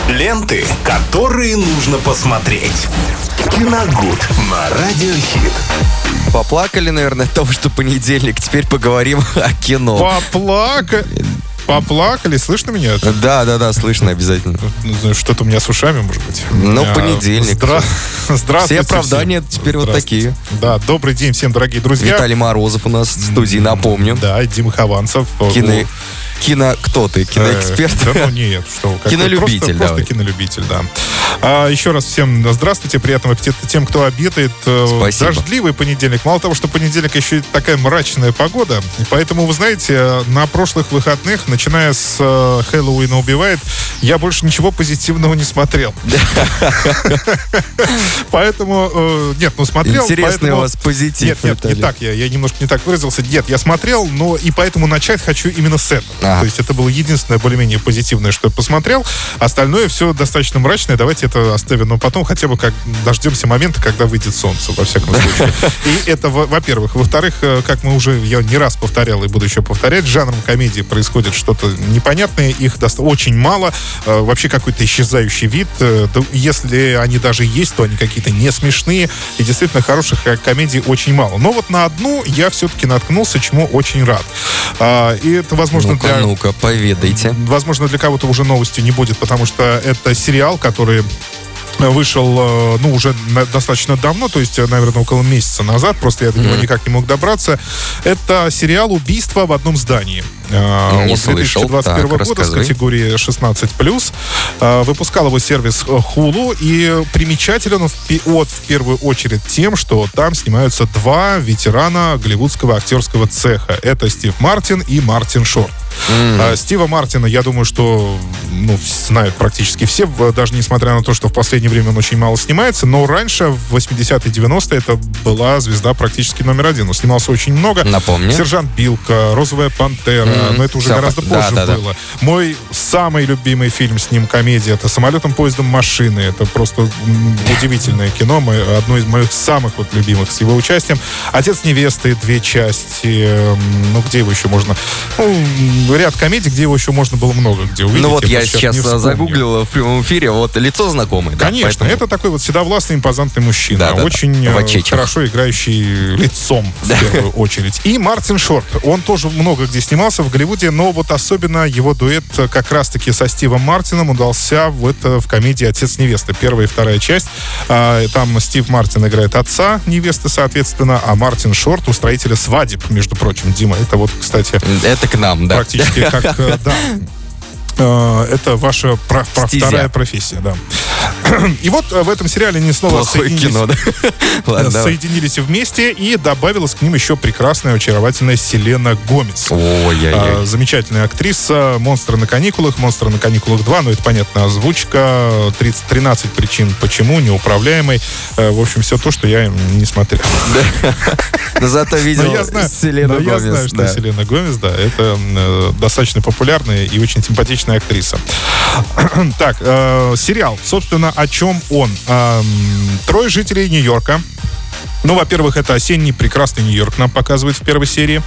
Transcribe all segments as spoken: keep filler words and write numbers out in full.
Ленты, которые нужно посмотреть. Киногуд на Радиохит. Поплакали, наверное, от того, что понедельник. Теперь поговорим о кино. Поплакали. Поплакали, слышно меня? Да, да, да, слышно обязательно. Что-то у меня с ушами, может быть. Ну, понедельник. Здра... Здравствуйте. Все оправдания всем. Теперь вот такие. Да, добрый день всем, дорогие друзья. Виталий Морозов у нас в студии, напомню. Да, Дима Хованцев. Кино... Кино... Кто ты? Киноэксперт? Да, ну нет, что вы. Кинолюбитель, Просто, просто кинолюбитель, да. А, еще раз всем здравствуйте, приятного аппетита тем, кто обедает. Спасибо. Дождливый понедельник. Мало того, что понедельник еще и такая мрачная погода. Поэтому, вы знаете, на прошлых выходных, начиная с Хэллоуина убивает, я больше ничего позитивного не смотрел. Поэтому, нет, ну смотрел. Интересный у вас позитив. Нет, нет, не так, я немножко не так выразился. Нет, я смотрел, но и поэтому начать хочу именно с этого. То есть это было единственное более-менее позитивное, что я посмотрел. Остальное все достаточно мрачное. Давайте это оставим, но потом хотя бы как дождемся момента, когда выйдет солнце, во всяком случае. И это, во-первых. Во-вторых, как мы уже, я не раз повторял и буду еще повторять, жанром комедии происходит что-то непонятное. Их очень мало. Вообще какой-то исчезающий вид. Если они даже есть, то они какие-то не смешные. И действительно хороших комедий очень мало. Но вот на одну я все-таки наткнулся, чему очень рад. И это, возможно, ну-ка, для... Ну-ка, поведайте. Возможно, для кого-то уже новостью не будет, потому что это сериал, который вышел, ну, уже достаточно давно, то есть, наверное, около месяца назад, просто я до него mm. никак не мог добраться. Это сериал «Убийство в одном здании». Не от две тысячи двадцать первого так, года рассказывай. С категории шестнадцать плюс. Выпускал его сервис Hulu, и примечателен он в, в первую очередь тем, что там снимаются два ветерана голливудского актерского цеха. Это Стив Мартин и Мартин Шорт. Mm-hmm. Стива Мартина, я думаю, что ну, знают практически все, даже несмотря на то, что в последнее время он очень мало снимается, но раньше, в восьмидесятые, девяностые, это была звезда практически номер один. Он снимался очень много. Напомню. «Сержант Билко», «Розовая пантера», mm-hmm. но это уже Все гораздо по... позже да, да, было. Да. Мой самый любимый фильм с ним, комедия, это «Самолетом, поездом, машины». Это просто удивительное кино, одно из моих самых вот любимых с его участием. «Отец невесты», две части. Ну, где его еще можно... Ну, ряд комедий, где его еще можно было много где увидеть. Ну вот я, я сейчас, сейчас загуглил в прямом эфире, вот лицо знакомое. Конечно, да, поэтому... это такой вот седовласый, импозантный мужчина, да, да, очень да. хорошо играющий лицом, в первую очередь. И Мартин Шорт, он тоже много где снимался в Голливуде, но вот особенно его дуэт как раз-таки со Стивом Мартином удался в, это, в комедии «Отец невесты», первая и вторая часть. Там Стив Мартин играет отца невесты, соответственно, а Мартин Шорт устроителя свадеб, между прочим. Дима, это вот, кстати... Это к нам, да. Практически как, да. Это ваша про, про вторая профессия, да. И вот в этом сериале они снова соединились, кино, да? Ладно, соединились вместе, и добавилась к ним еще прекрасная, очаровательная Селена Гомес. Ой-ой-ой. Замечательная актриса. «Монстры на каникулах», «Монстры на каникулах два», ну это понятно, озвучка, тридцать, тринадцать причин почему, «Неуправляемый». В общем, все то, что я не смотрел. Но зато видел Селену Гомес. Я знаю, что Селена Гомес, да, это достаточно популярная и очень симпатичная актриса. Так, э, сериал. Собственно, о чем он? Э, трое жителей Нью-Йорка. Ну, во-первых, это осенний прекрасный Нью-Йорк нам показывают в первой серии.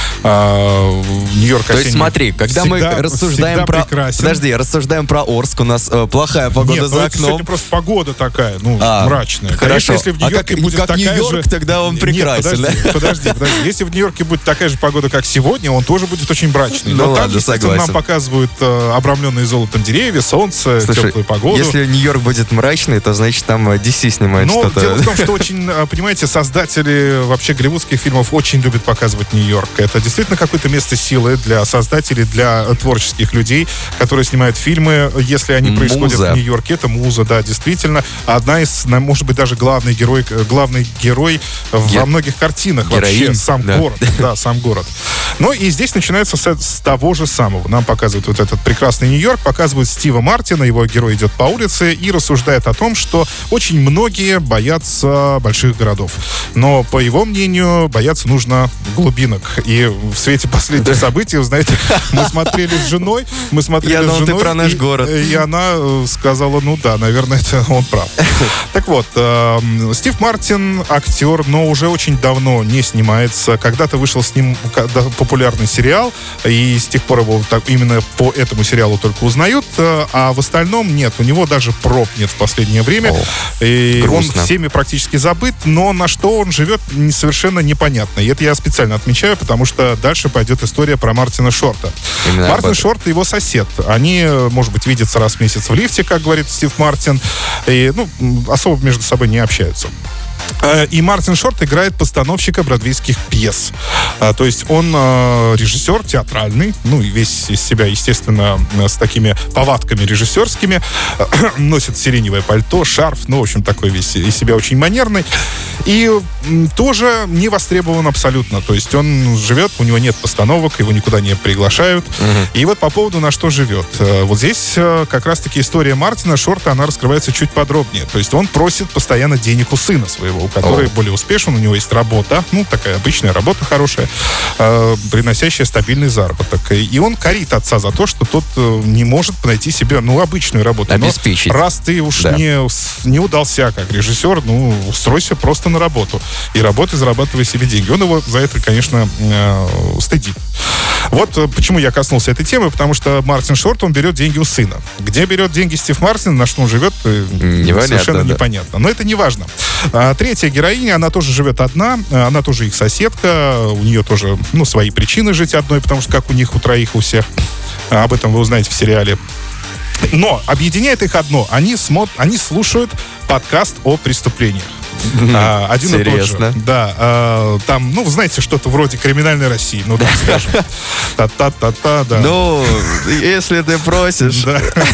А, Нью-Йорк осенний. То есть смотри, когда всегда, мы рассуждаем про... прекрасен. Подожди, рассуждаем про Орск, у нас э, плохая погода Нет, за ну, окном. Сегодня просто погода такая, ну, а, мрачная. Хорошо. Конечно, если в Нью-Йорке а как, будет как такая Нью-Йорк, же... тогда он прекрасен. Нет, подожди, да? подожди, подожди. Если в Нью-Йорке будет такая же погода, как сегодня, он тоже будет очень мрачный. Ну, Но ладно, там, естественно, согласен. нам показывают э, обрамленные золотом деревья, солнце, Слушай, теплую погоду. Если Нью-Йорк будет мрачный, то значит там ди си снимает Но что-то. дело в том, что очень, понимаете, создатели вообще голливудских фильмов очень любят показывать Нью-Йорк. Это действительно какое-то место силы для создателей, для творческих людей, которые снимают фильмы, если они Муза. происходят в Нью-Йорке. Это муза, да, действительно. Одна из, может быть, даже главный герой, главный герой Ге... во многих картинах Героинь, вообще. Сам да. город. Да, сам город. Ну и здесь начинается с, с того же самого. Нам показывают вот этот прекрасный Нью-Йорк, показывают Стива Мартина, его герой идет по улице и рассуждает о том, что очень многие боятся больших городов. драконов. Но, по его мнению, бояться нужно глубинок. И в свете последних да. событий, вы знаете, мы смотрели с женой, мы смотрели Я с женой, ты про наш и, город. и она сказала, ну да, наверное, это он прав. Так вот, э, Стив Мартин актер, но уже очень давно не снимается. Когда-то вышел с ним популярный сериал, и с тех пор его так, именно по этому сериалу только узнают, а в остальном нет. У него даже проб нет в последнее время. О, и грустно. Он всеми практически забыт, но на что он живет, совершенно непонятно. И это я специально отмечаю, потому что дальше пойдет история про Мартина Шорта. Именно Мартин Шорт — его сосед. Они, может быть, видятся раз в месяц в лифте, как говорит Стив Мартин, и ну, особо между собой не общаются. И Мартин Шорт играет постановщика бродвейских пьес. А, то есть он а, режиссер театральный, ну и весь из себя, естественно, с такими повадками режиссерскими. Носит сиреневое пальто, шарф, ну, в общем, такой весь из себя очень манерный. И м, тоже не востребован абсолютно. То есть он живет, у него нет постановок, его никуда не приглашают. Uh-huh. И вот по поводу, на что живет. Вот здесь как раз-таки история Мартина Шорта, она раскрывается чуть подробнее. То есть он просит постоянно денег у сына своего, который oh. более успешен, у него есть работа, ну, такая обычная работа хорошая, э, приносящая стабильный заработок. И он корит отца за то, что тот э, не может найти себе, ну, обычную работу. Обеспечить. Но раз ты уж да. не, не удался как режиссер, ну, устройся просто на работу. И работай, зарабатывай себе деньги. Он его за это, конечно, э, стыдит. Вот почему я коснулся этой темы, потому что Мартин Шорт, он берет деньги у сына. Где берет деньги Стив Мартин, на что он живет, непонятно, совершенно да. непонятно. Но это не важно. А, третья героиня, она тоже живет одна, она тоже их соседка, у нее тоже, ну, свои причины жить одной, потому что как у них, у троих, у всех. Об этом вы узнаете в сериале. Но объединяет их одно. Они, смотр... они слушают подкаст о преступлениях. А, один и тот же. Да, а, там, ну, знаете, что-то вроде «Криминальной России», ну, так скажем. Та-та-та-та, да. Ну, если ты просишь.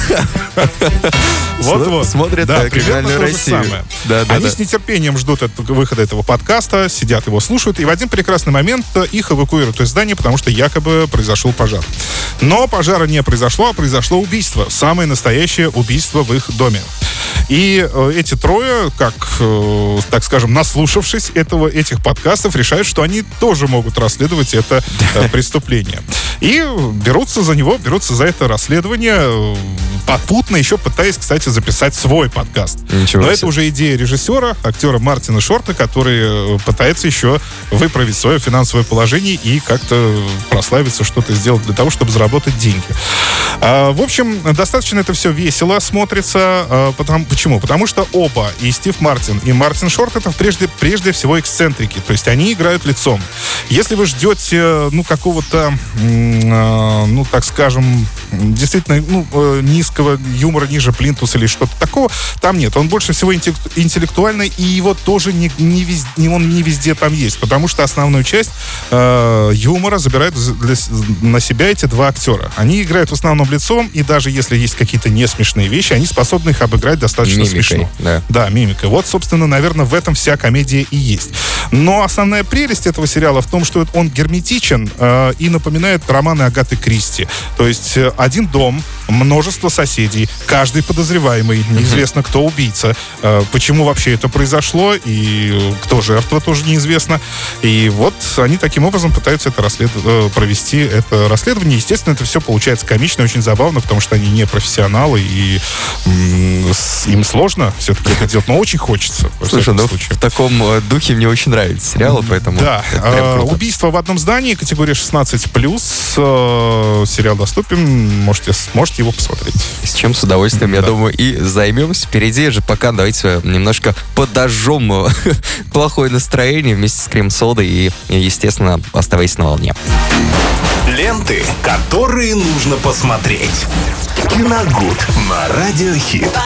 Вот-вот. Смотрят «Криминальную Россию». Они с нетерпением ждут выхода этого подкаста, сидят его, слушают, и в один прекрасный момент их эвакуируют из здания, потому что якобы произошел пожар. Но пожара не произошло, а произошло убийство. Самое настоящее убийство в их доме. И э, эти трое, как, э, так скажем, наслушавшись этого, этих подкастов, решают, что они тоже могут расследовать это э, преступление. И берутся за него, берутся за это расследование, э, попутно еще пытаясь, кстати, записать свой подкаст. Ничего Но себе. Это уже идея режиссера, актера Мартина Шорта, который э, пытается еще выправить свое финансовое положение и как-то прославиться, что-то сделать для того, чтобы заработать деньги. А, в общем, достаточно это все весело смотрится. А, потому, почему? Потому что оба, и Стив Мартин, и Мартин Шорт, это прежде, прежде всего эксцентрики. То есть они играют лицом. Если вы ждете, ну, какого-то, э, ну, так скажем, действительно, ну, э, низкого юмора, ниже плинтуса или что-то такого, там нет. Он больше всего интеллектуальный, и его тоже не, не везде, он не везде там есть. Потому что основную часть э, юмора забирают для, на себя эти два актера. Они играют в основном лицом, и даже если есть какие-то несмешные вещи, они способны их обыграть достаточно мимикой, смешно. Да. да, мимикой. Вот, собственно, наверное, в этом вся комедия и есть. Но основная прелесть этого сериала в том, что он герметичен э, и напоминает романы Агаты Кристи. То есть э, один дом, множество соседей, каждый подозреваемый, неизвестно, кто убийца, э, почему вообще это произошло, и кто жертва, тоже неизвестно. И вот они таким образом пытаются это расслед... э, провести это расследование. Естественно, это все получается комично, очень забавно, потому что они не профессионалы, и м- с... им сложно все-таки это делать, но очень хочется. Слушай, ну случае. В таком духе мне очень нравится сериал, поэтому... Да, э, убийство в одном здании, категория шестнадцать плюс, э, сериал доступен, можете, можете его посмотреть. С чем с удовольствием, да. Я думаю, и займемся. Впереди же пока давайте немножко подожжем плохое настроение вместе с крем-содой и, естественно, оставайся на волне. Ленты, которые нужно посмотреть. Киногуд на Радио Хит.